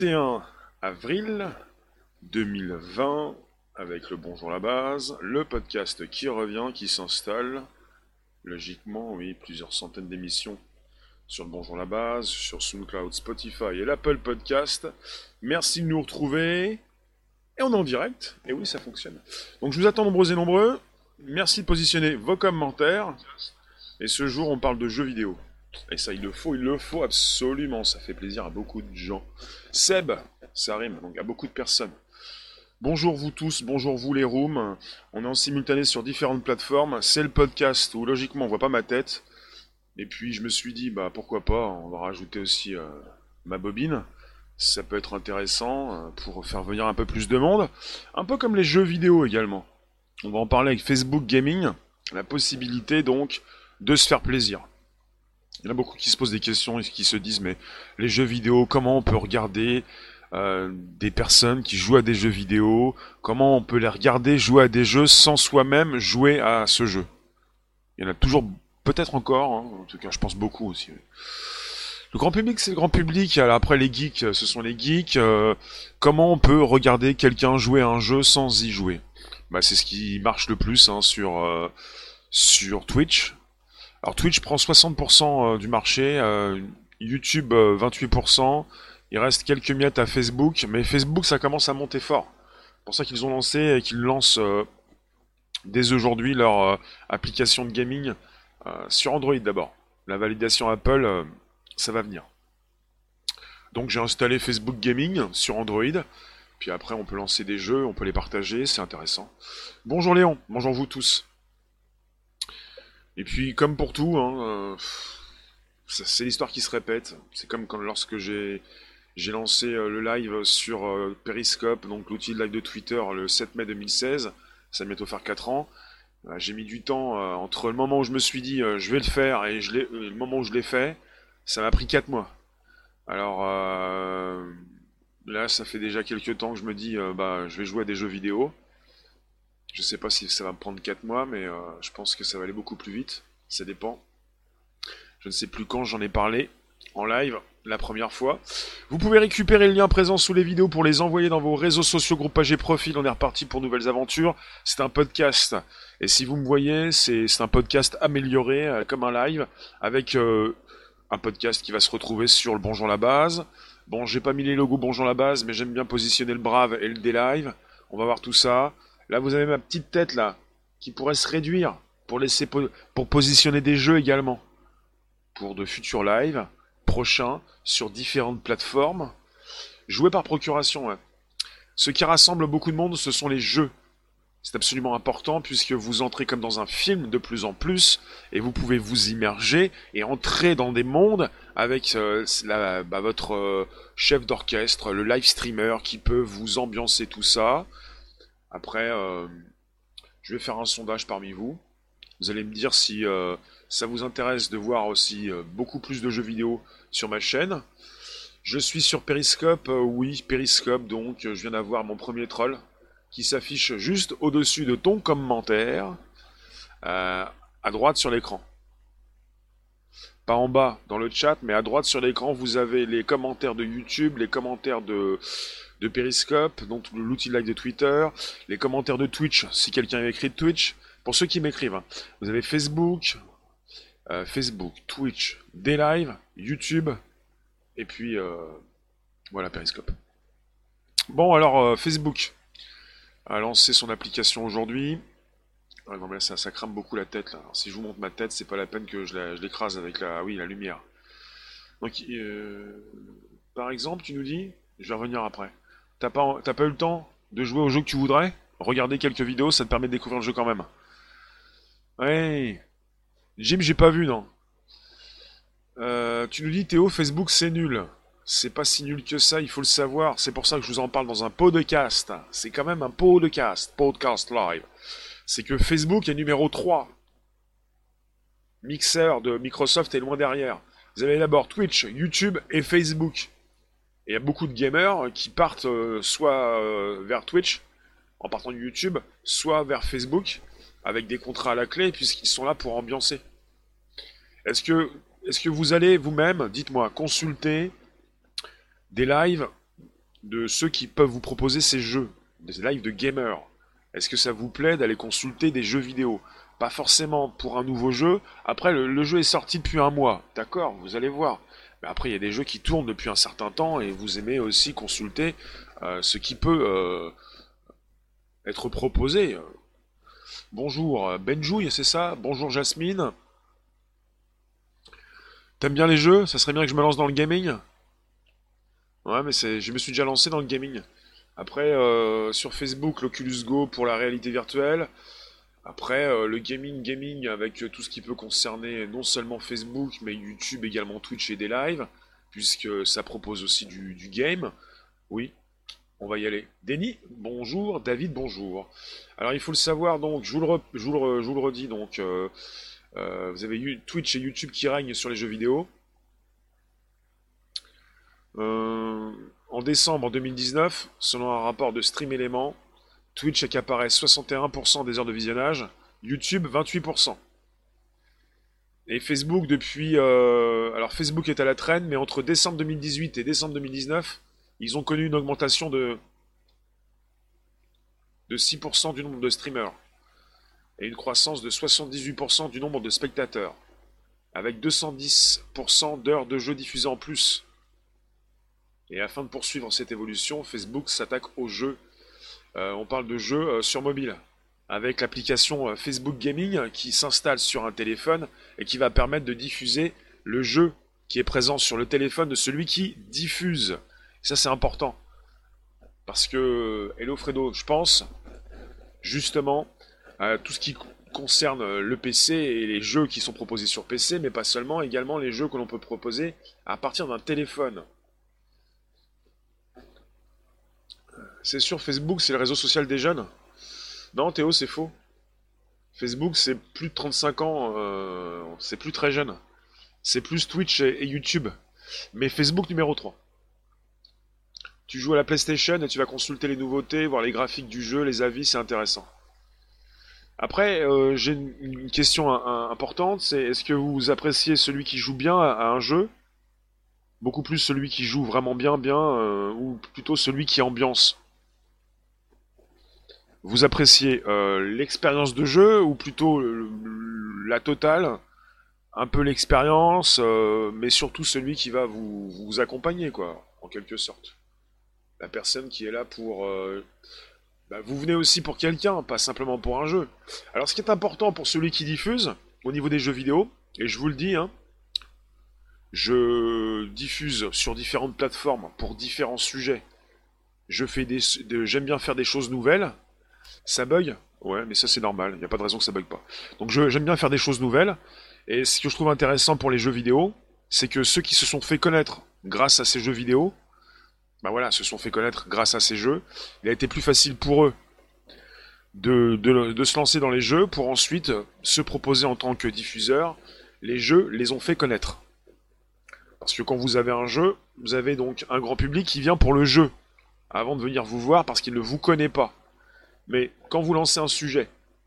21 avril 2020, avec le Bonjour la base, le podcast qui revient, qui s'installe. Logiquement, oui, plusieurs centaines d'émissions sur le Bonjour la base, sur SoundCloud, Spotify et l'Apple Podcast. Merci de nous retrouver. Et on est en direct. Et oui, ça fonctionne. Donc je vous attends nombreux et nombreux. Merci de positionner vos commentaires. Et ce jour, on parle de jeux vidéo. Et ça, il le faut absolument. Ça fait plaisir à beaucoup de gens. Seb, ça rime, donc à beaucoup de personnes. Bonjour vous tous, bonjour vous les rooms. On est en simultané sur différentes plateformes. C'est le podcast où logiquement on voit pas ma tête. Et puis je me suis dit, bah pourquoi pas, on va rajouter aussi ma bobine. Ça peut être intéressant pour faire venir un peu plus de monde. Un peu comme les jeux vidéo également. On va en parler avec Facebook Gaming. La possibilité donc de se faire plaisir. Il y en a beaucoup qui se posent des questions et qui se disent mais les jeux vidéo, comment on peut regarder des personnes qui jouent à des jeux vidéo, comment on peut les regarder jouer à des jeux sans soi-même jouer à ce jeu. Il y en a toujours, peut-être encore, hein, en tout cas je pense beaucoup aussi. Le grand public c'est le grand public, alors après les geeks ce sont les geeks. Comment on peut regarder quelqu'un jouer à un jeu sans y jouer? Bah, c'est ce qui marche le plus hein, sur Twitch. Alors Twitch prend 60% du marché, YouTube 28%, il reste quelques miettes à Facebook, mais Facebook ça commence à monter fort. C'est pour ça qu'ils ont lancé et qu'ils lancent dès aujourd'hui leur application de gaming sur Android d'abord. La validation Apple, ça va venir. Donc j'ai installé Facebook Gaming sur Android, puis après on peut lancer des jeux, on peut les partager, c'est intéressant. Bonjour Léon, bonjour vous tous. Et puis, comme pour tout, hein, c'est l'histoire qui se répète. C'est comme lorsque j'ai lancé le live sur Periscope, donc l'outil de live de Twitter, le 7 mai 2016. Ça va bientôt faire 4 ans. J'ai mis du temps entre le moment où je me suis dit je vais le faire et le moment où je l'ai fait. Ça m'a pris 4 mois. Alors là, ça fait déjà quelques temps que je me dis bah je vais jouer à des jeux vidéo. Je sais pas si ça va me prendre 4 mois, mais je pense que ça va aller beaucoup plus vite. Ça dépend. Je ne sais plus quand j'en ai parlé en live la première fois. Vous pouvez récupérer le lien présent sous les vidéos pour les envoyer dans vos réseaux sociaux, groupes, pages et profils. On est reparti pour nouvelles aventures. C'est un podcast. Et si vous me voyez, c'est un podcast amélioré, comme un live, avec un podcast qui va se retrouver sur le Bonjour la base. Bon, j'ai pas mis les logos Bonjour la base, mais j'aime bien positionner le Brave et le D-Live. On va voir tout ça. Là, vous avez ma petite tête, là, qui pourrait se réduire pour positionner des jeux également. Pour de futurs lives, prochains, sur différentes plateformes. Jouer par procuration, ouais. Ce qui rassemble beaucoup de monde, ce sont les jeux. C'est absolument important puisque vous entrez comme dans un film de plus en plus et vous pouvez vous immerger et entrer dans des mondes avec votre chef d'orchestre, le live streamer qui peut vous ambiancer tout ça. Après, je vais faire un sondage parmi vous. Vous allez me dire si ça vous intéresse de voir aussi beaucoup plus de jeux vidéo sur ma chaîne. Je suis sur Periscope, oui, Periscope, donc je viens d'avoir mon premier troll qui s'affiche juste au-dessus de ton commentaire, à droite sur l'écran. Pas en bas dans le chat, mais à droite sur l'écran, vous avez les commentaires de YouTube, les commentaires de Periscope, donc l'outil live de Twitter, les commentaires de Twitch, si quelqu'un a écrit de Twitch. Pour ceux qui m'écrivent, hein. Vous avez Facebook, Twitch, des lives, YouTube, et puis voilà Periscope. Bon alors Facebook a lancé son application aujourd'hui. Ah, non mais là, ça crame beaucoup la tête là. Alors, si je vous montre ma tête, c'est pas la peine que je l'écrase avec la lumière. Donc par exemple, tu nous dis, je vais revenir après. T'as pas eu le temps de jouer au jeu que tu voudrais? Regarder quelques vidéos, ça te permet de découvrir le jeu quand même. Ouais. Jim, j'ai pas vu, non. Tu nous dis, Théo, Facebook, c'est nul. C'est pas si nul que ça, il faut le savoir. C'est pour ça que je vous en parle dans un podcast. C'est quand même un podcast live. C'est que Facebook est numéro 3. Mixer de Microsoft est loin derrière. Vous avez d'abord Twitch, YouTube et Facebook. Et il y a beaucoup de gamers qui partent soit vers Twitch, en partant de YouTube, soit vers Facebook, avec des contrats à la clé, puisqu'ils sont là pour ambiancer. Est-ce que vous allez vous-même, dites-moi, consulter des lives de ceux qui peuvent vous proposer ces jeux, des lives de gamers. Est-ce que ça vous plaît d'aller consulter des jeux vidéo? Pas forcément pour un nouveau jeu. Après, le jeu est sorti depuis un mois. D'accord, vous allez voir. Mais après, il y a des jeux qui tournent depuis un certain temps et vous aimez aussi consulter ce qui peut être proposé. Bonjour Benjouille, c'est ça? Bonjour Jasmine. T'aimes bien les jeux? Ça serait bien que je me lance dans le gaming? Ouais, mais je me suis déjà lancé dans le gaming. Après, sur Facebook, l'Oculus Go pour la réalité virtuelle. Après, le gaming avec tout ce qui peut concerner non seulement Facebook, mais YouTube, également Twitch et des lives, puisque ça propose aussi du game. Oui, on va y aller. Denis, bonjour. David, bonjour. Alors, il faut le savoir, donc, je vous le redis, donc, vous avez Twitch et YouTube qui règnent sur les jeux vidéo. En décembre 2019, selon un rapport de Stream Element, Twitch accaparait 61% des heures de visionnage, YouTube 28%. Et Facebook depuis... alors Facebook est à la traîne, mais entre décembre 2018 et décembre 2019, ils ont connu une augmentation de 6% du nombre de streamers et une croissance de 78% du nombre de spectateurs, avec 210% d'heures de jeux diffusés en plus. Et afin de poursuivre cette évolution, Facebook s'attaque aux jeux. On parle de jeux sur mobile, avec l'application Facebook Gaming qui s'installe sur un téléphone et qui va permettre de diffuser le jeu qui est présent sur le téléphone de celui qui diffuse. Et ça, c'est important. Parce que, hello Fredo, je pense justement à tout ce qui concerne le PC et les jeux qui sont proposés sur PC, mais pas seulement, également les jeux que l'on peut proposer à partir d'un téléphone. C'est sûr, Facebook, c'est le réseau social des jeunes? Non, Théo, c'est faux. Facebook, c'est plus de 35 ans, c'est plus très jeune. C'est plus Twitch et YouTube. Mais Facebook numéro 3. Tu joues à la PlayStation et tu vas consulter les nouveautés, voir les graphiques du jeu, les avis, c'est intéressant. Après, j'ai une question importante, c'est est-ce que vous appréciez celui qui joue bien à un jeu? Beaucoup plus celui qui joue vraiment bien, ou plutôt celui qui ambiance? Vous appréciez l'expérience de jeu ou plutôt la totale, un peu l'expérience, mais surtout celui qui va vous accompagner, quoi, en quelque sorte. La personne qui est là pour... vous venez aussi pour quelqu'un, pas simplement pour un jeu. Alors ce qui est important pour celui qui diffuse, au niveau des jeux vidéo, et je vous le dis, hein, je diffuse sur différentes plateformes pour différents sujets. J'aime bien faire des choses nouvelles. Ça bug? Ouais, mais ça c'est normal, il n'y a pas de raison que ça bug pas. Donc j'aime bien faire des choses nouvelles, et ce que je trouve intéressant pour les jeux vidéo, c'est que ceux qui se sont fait connaître grâce à ces jeux vidéo, se sont fait connaître grâce à ces jeux, il a été plus facile pour eux de se lancer dans les jeux pour ensuite se proposer en tant que diffuseur. Les jeux les ont fait connaître. Parce que quand vous avez un jeu, vous avez donc un grand public qui vient pour le jeu, avant de venir vous voir parce qu'il ne vous connaît pas. Mais quand vous lancez un sujet,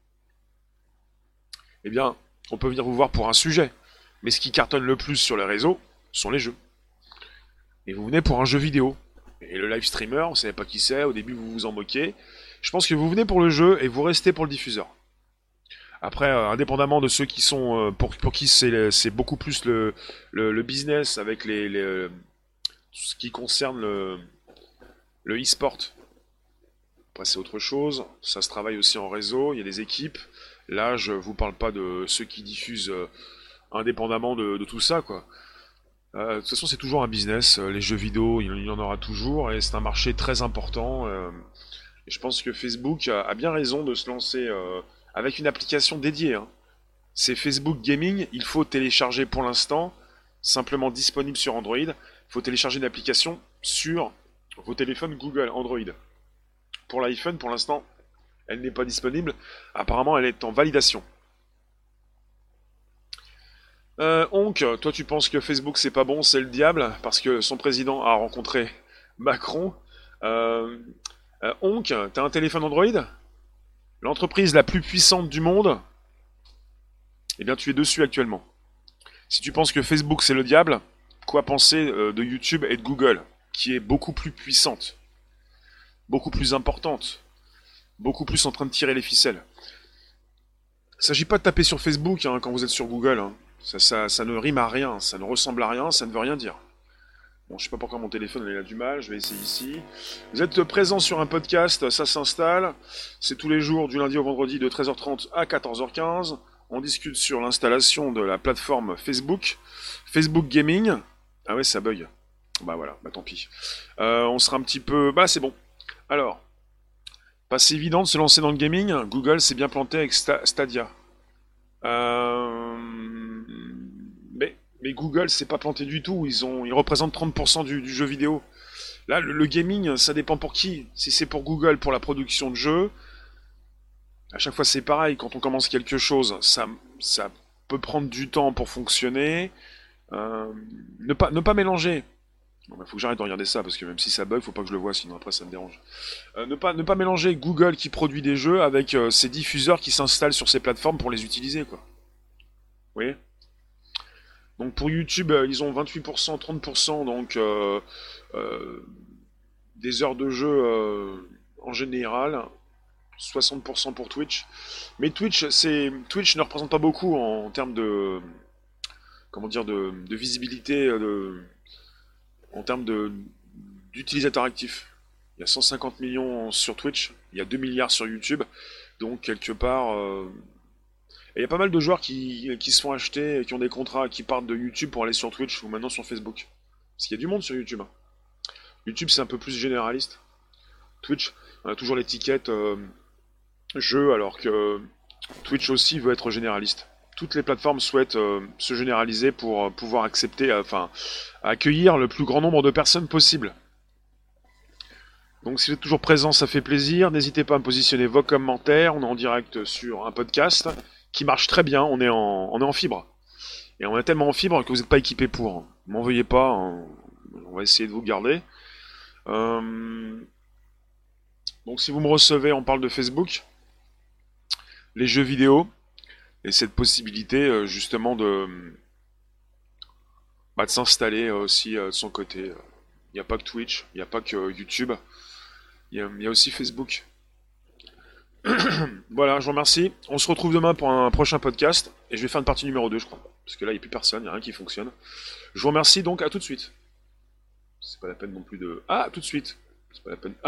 eh bien, on peut venir vous voir pour un sujet. Mais ce qui cartonne le plus sur les réseaux sont les jeux. Et vous venez pour un jeu vidéo. Et le live streamer, vous savez pas qui c'est, au début vous vous en moquez. Je pense que vous venez pour le jeu et vous restez pour le diffuseur. Après, indépendamment de ceux qui sont pour qui c'est beaucoup plus le business avec tout ce qui concerne le e-sport. Après, c'est autre chose. Ça se travaille aussi en réseau. Il y a des équipes. Là, je vous parle pas de ceux qui diffusent indépendamment de tout ça, quoi. De toute façon, c'est toujours un business. Les jeux vidéo, il y en aura toujours, et c'est un marché très important. Et je pense que Facebook a bien raison de se lancer avec une application dédiée. Hein. C'est Facebook Gaming. Il faut télécharger pour l'instant, simplement disponible sur Android. Il faut télécharger une application sur vos téléphones Google Android. Pour l'iPhone, pour l'instant, elle n'est pas disponible. Apparemment, elle est en validation. Onk, toi tu penses que Facebook c'est pas bon, c'est le diable, parce que son président a rencontré Macron. Onk, t'as un téléphone Android? L'entreprise la plus puissante du monde? Eh bien tu es dessus actuellement. Si tu penses que Facebook c'est le diable, quoi penser de YouTube et de Google, qui est beaucoup plus puissante? beaucoup plus importante, beaucoup plus en train de tirer les ficelles. Il ne s'agit pas de taper sur Facebook hein, quand vous êtes sur Google. Hein. Ça ne rime à rien, ça ne ressemble à rien, ça ne veut rien dire. Bon, je sais pas pourquoi mon téléphone il a du mal, je vais essayer ici. Vous êtes présent sur un podcast, ça s'installe. C'est tous les jours du lundi au vendredi de 13h30 à 14h15. On discute sur l'installation de la plateforme Facebook. Facebook Gaming. Ah ouais, ça bug. Bah voilà, bah tant pis. On sera un petit peu... Bah c'est bon. Alors, pas si évident de se lancer dans le gaming. Google s'est bien planté avec Stadia. Mais Google s'est pas planté du tout. Ils représentent 30% du jeu vidéo. Là, le gaming, ça dépend pour qui. Si c'est pour Google, pour la production de jeux, à chaque fois c'est pareil. Quand on commence quelque chose, ça peut prendre du temps pour fonctionner. Ne pas mélanger. Bon, bah, faut que j'arrête de regarder ça parce que même si ça bug, faut pas que je le vois, sinon après ça me dérange. Ne pas mélanger Google qui produit des jeux avec ses diffuseurs qui s'installent sur ces plateformes pour les utiliser, quoi. Vous voyez? Donc pour YouTube, ils ont 28%, 30%, donc des heures de jeu en général, 60% pour Twitch. Mais Twitch ne représente pas beaucoup en termes de comment dire de visibilité, en termes d'utilisateurs actifs. Il y a 150 millions sur Twitch, il y a 2 milliards sur YouTube, donc quelque part. Et il y a pas mal de joueurs qui se font acheter, et qui ont des contrats, qui partent de YouTube pour aller sur Twitch ou maintenant sur Facebook. Parce qu'il y a du monde sur YouTube. YouTube c'est un peu plus généraliste. Twitch, on a toujours l'étiquette jeu, alors que Twitch aussi veut être généraliste. Toutes les plateformes souhaitent se généraliser pour pouvoir accueillir le plus grand nombre de personnes possible. Donc si vous êtes toujours présent, ça fait plaisir. N'hésitez pas à me positionner vos commentaires. On est en direct sur un podcast qui marche très bien. On est en fibre. Et on est tellement en fibre que vous n'êtes pas équipé pour. M'en veuillez pas. Hein. On va essayer de vous garder. Donc si vous me recevez, on parle de Facebook, les jeux vidéo, et cette possibilité justement de s'installer aussi de son côté. Il n'y a pas que Twitch, il n'y a pas que YouTube, il y a aussi Facebook. Voilà, je vous remercie. On se retrouve demain pour un prochain podcast, et je vais faire une partie numéro 2 je crois, parce que là il n'y a plus personne, il n'y a rien qui fonctionne. Je vous remercie donc, à tout de suite. C'est pas la peine non plus de... Ah, tout de suite. C'est pas la peine... Ah